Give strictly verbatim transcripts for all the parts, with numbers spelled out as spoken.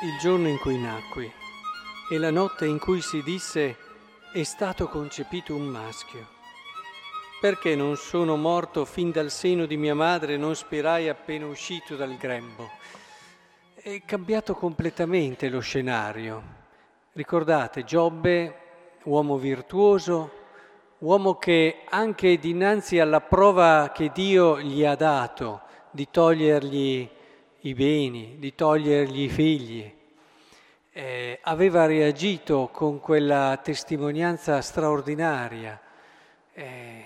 il giorno in cui nacqui e la notte in cui si disse è stato concepito un maschio. Perché non sono morto fin dal seno di mia madre, non spirai appena uscito dal grembo. È cambiato completamente lo scenario. Ricordate, Giobbe, uomo virtuoso, uomo che anche dinanzi alla prova che Dio gli ha dato di togliergli i beni, di togliergli i figli, eh, aveva reagito con quella testimonianza straordinaria. Eh,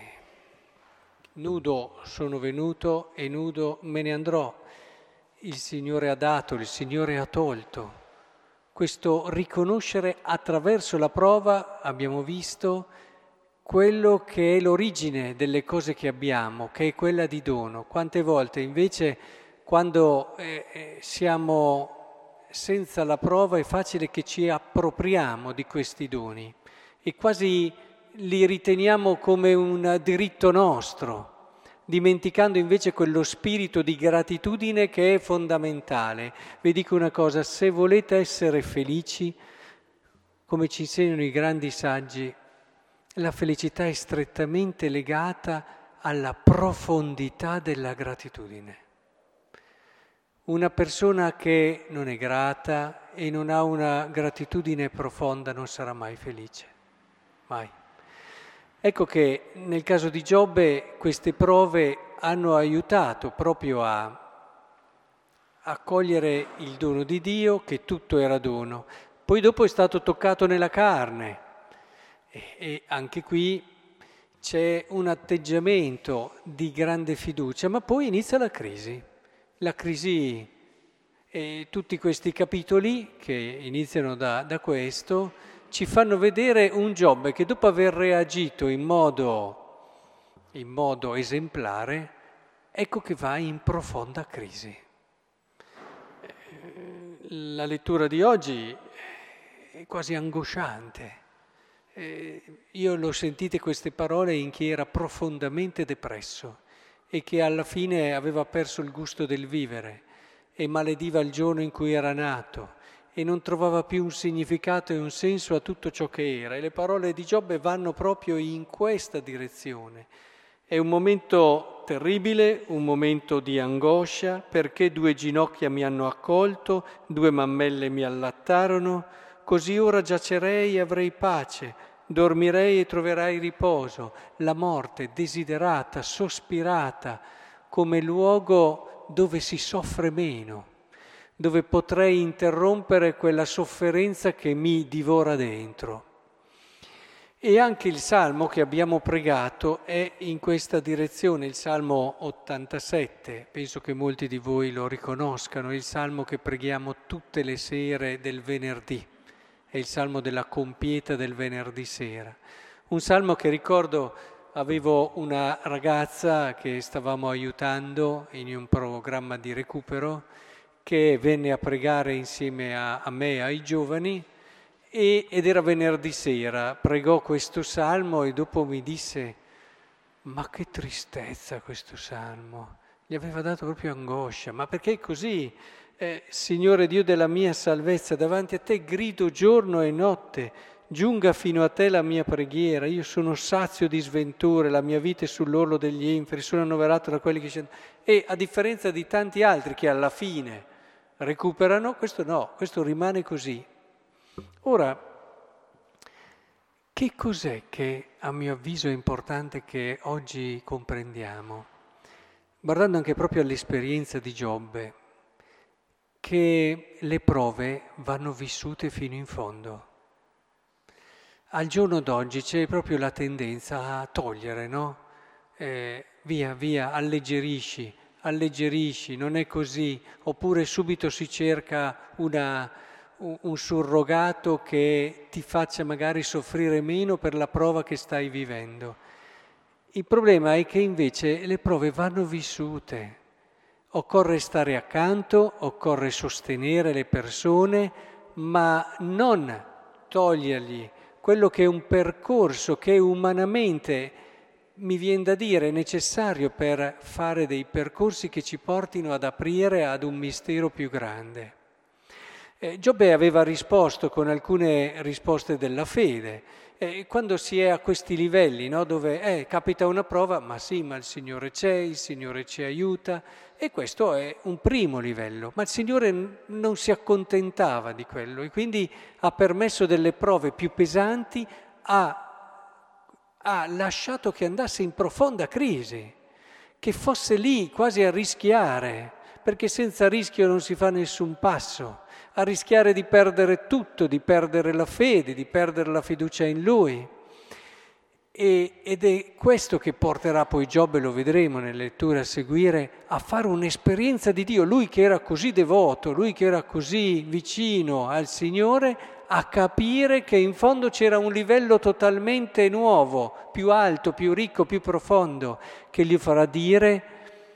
nudo sono venuto e nudo me ne andrò. Il Signore ha dato, il Signore ha tolto. Questo riconoscere attraverso la prova, abbiamo visto, quello che è l'origine delle cose che abbiamo, che è quella di dono. Quante volte invece quando eh, siamo senza la prova è facile che ci appropriamo di questi doni e quasi li riteniamo come un diritto nostro, dimenticando invece quello spirito di gratitudine che è fondamentale. Vi dico una cosa, se volete essere felici, come ci insegnano i grandi saggi, la felicità è strettamente legata alla profondità della gratitudine. Una persona che non è grata e non ha una gratitudine profonda non sarà mai felice, mai. Ecco che nel caso di Giobbe queste prove hanno aiutato proprio a, a cogliere il dono di Dio, che tutto era dono. Poi dopo è stato toccato nella carne e, e anche qui c'è un atteggiamento di grande fiducia, ma poi inizia la crisi. La crisi e tutti questi capitoli che iniziano da, da questo ci fanno vedere un Giobbe che dopo aver reagito in modo, in modo esemplare, ecco che va in profonda crisi. La lettura di oggi è quasi angosciante. Eh, io l'ho sentite queste parole in chi era profondamente depresso e che alla fine aveva perso il gusto del vivere e malediva il giorno in cui era nato e non trovava più un significato e un senso a tutto ciò che era. E le parole di Giobbe vanno proprio in questa direzione. È un momento terribile, un momento di angoscia, perché due ginocchia mi hanno accolto, due mammelle mi allattarono, così ora giacerei e avrei pace. Dormirei e troverai riposo, la morte desiderata, sospirata, come luogo dove si soffre meno, dove potrei interrompere quella sofferenza che mi divora dentro. E anche il Salmo che abbiamo pregato è in questa direzione, il Salmo ottantasette, penso che molti di voi lo riconoscano, è il Salmo che preghiamo tutte le sere del venerdì. È il salmo della compieta del venerdì sera. Un salmo che ricordo, avevo una ragazza che stavamo aiutando in un programma di recupero che venne a pregare insieme a, a me e ai giovani e, ed era venerdì sera. Pregò questo salmo e dopo mi disse: ma che tristezza questo salmo. Gli aveva dato proprio angoscia. Ma perché è così? Eh, Signore Dio della mia salvezza, davanti a te grido giorno e notte, giunga fino a te la mia preghiera, io sono sazio di sventure, la mia vita è sull'orlo degli inferi, sono annoverato da quelli che scendono. E a differenza di tanti altri che alla fine recuperano, questo no, questo rimane così. Ora, che cos'è che a mio avviso è importante che oggi comprendiamo? Guardando anche proprio all'esperienza di Giobbe, che le prove vanno vissute fino in fondo. Al giorno d'oggi c'è proprio la tendenza a togliere, no? Eh, via, via, alleggerisci, alleggerisci, non è così. Oppure subito si cerca una, un, un surrogato che ti faccia magari soffrire meno per la prova che stai vivendo. Il problema è che invece le prove vanno vissute. Occorre stare accanto, occorre sostenere le persone, ma non togliergli quello che è un percorso che umanamente, mi viene da dire, è necessario per fare dei percorsi che ci portino ad aprire ad un mistero più grande. Eh, Giobbe aveva risposto con alcune risposte della fede. E quando si è a questi livelli, no, dove eh, capita una prova, ma sì, ma il Signore c'è, il Signore ci aiuta, e questo è un primo livello. Ma il Signore n- non si accontentava di quello e quindi ha permesso delle prove più pesanti, ha, ha lasciato che andasse in profonda crisi, che fosse lì quasi a rischiare, perché senza rischio non si fa nessun passo, a rischiare di perdere tutto, di perdere la fede, di perdere la fiducia in Lui. E, ed è questo che porterà poi Giobbe, lo vedremo nelle letture a seguire, a fare un'esperienza di Dio. Lui che era così devoto, lui che era così vicino al Signore, a capire che in fondo c'era un livello totalmente nuovo, più alto, più ricco, più profondo, che gli farà dire: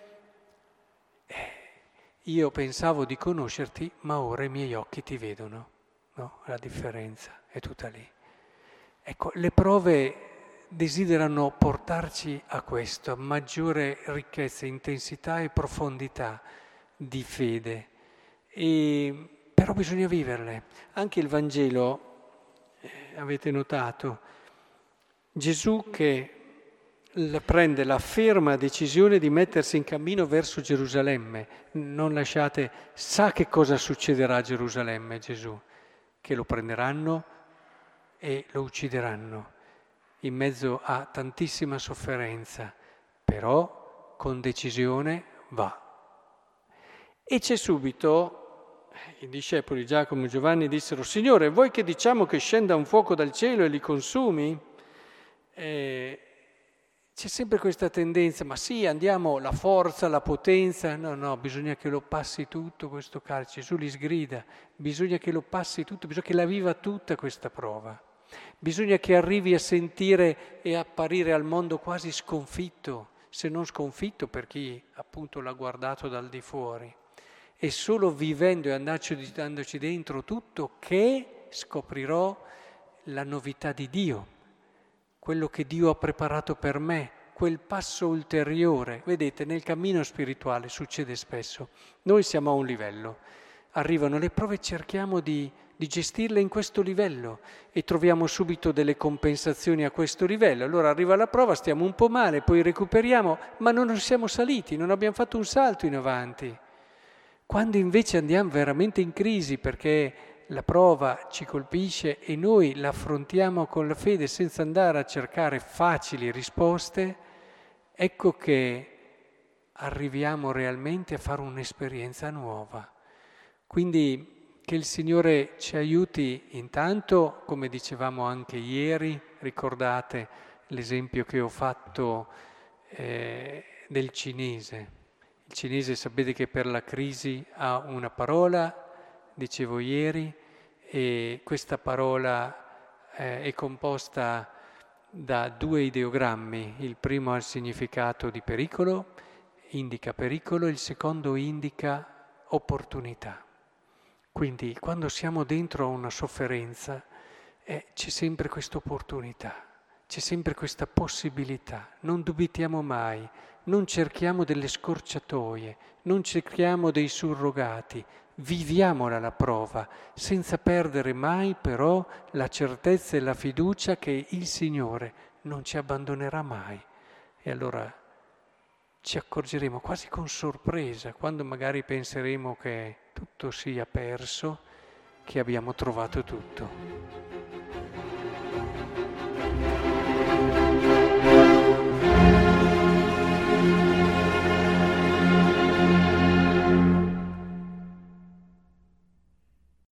io pensavo di conoscerti, ma ora i miei occhi ti vedono. No? La differenza è tutta lì. Ecco, le prove desiderano portarci a questo, a maggiore ricchezza, intensità e profondità di fede. E, però bisogna viverle. Anche il Vangelo, eh, avete notato, Gesù che la prende la ferma decisione di mettersi in cammino verso Gerusalemme. Non lasciate, sa che cosa succederà a Gerusalemme Gesù, che lo prenderanno e lo uccideranno in mezzo a tantissima sofferenza, però con decisione va. E c'è subito, i discepoli Giacomo e Giovanni dissero: Signore, vuoi che diciamo che scenda un fuoco dal cielo e li consumi? Eh, C'è sempre questa tendenza, ma sì, andiamo, la forza, la potenza, no, no, bisogna che lo passi tutto questo calcio. Gesù li sgrida, bisogna che lo passi tutto, bisogna che la viva tutta questa prova. Bisogna che arrivi a sentire e apparire al mondo quasi sconfitto, se non sconfitto per chi appunto l'ha guardato dal di fuori. E solo vivendo e andandoci dentro tutto che scoprirò la novità di Dio, quello che Dio ha preparato per me, quel passo ulteriore. Vedete, nel cammino spirituale succede spesso. Noi siamo a un livello, arrivano le prove e cerchiamo di, di gestirle in questo livello e troviamo subito delle compensazioni a questo livello. Allora arriva la prova, stiamo un po' male, poi recuperiamo, ma non siamo saliti, non abbiamo fatto un salto in avanti. Quando invece andiamo veramente in crisi perché la prova ci colpisce e noi la affrontiamo con la fede senza andare a cercare facili risposte, ecco che arriviamo realmente a fare un'esperienza nuova. Quindi che il Signore ci aiuti intanto, come dicevamo anche ieri, ricordate l'esempio che ho fatto eh, del cinese. Il cinese sapete che per la crisi ha una parola, dicevo ieri, e questa parola eh, è composta da due ideogrammi. Il primo ha il significato di pericolo, indica pericolo, il secondo indica opportunità. Quindi quando siamo dentro a una sofferenza eh, c'è sempre questa opportunità, c'è sempre questa possibilità, non dubitiamo mai, non cerchiamo delle scorciatoie, non cerchiamo dei surrogati, viviamola la prova, senza perdere mai però la certezza e la fiducia che il Signore non ci abbandonerà mai. E allora ci accorgeremo quasi con sorpresa, quando magari penseremo che tutto sia perso, che abbiamo trovato tutto.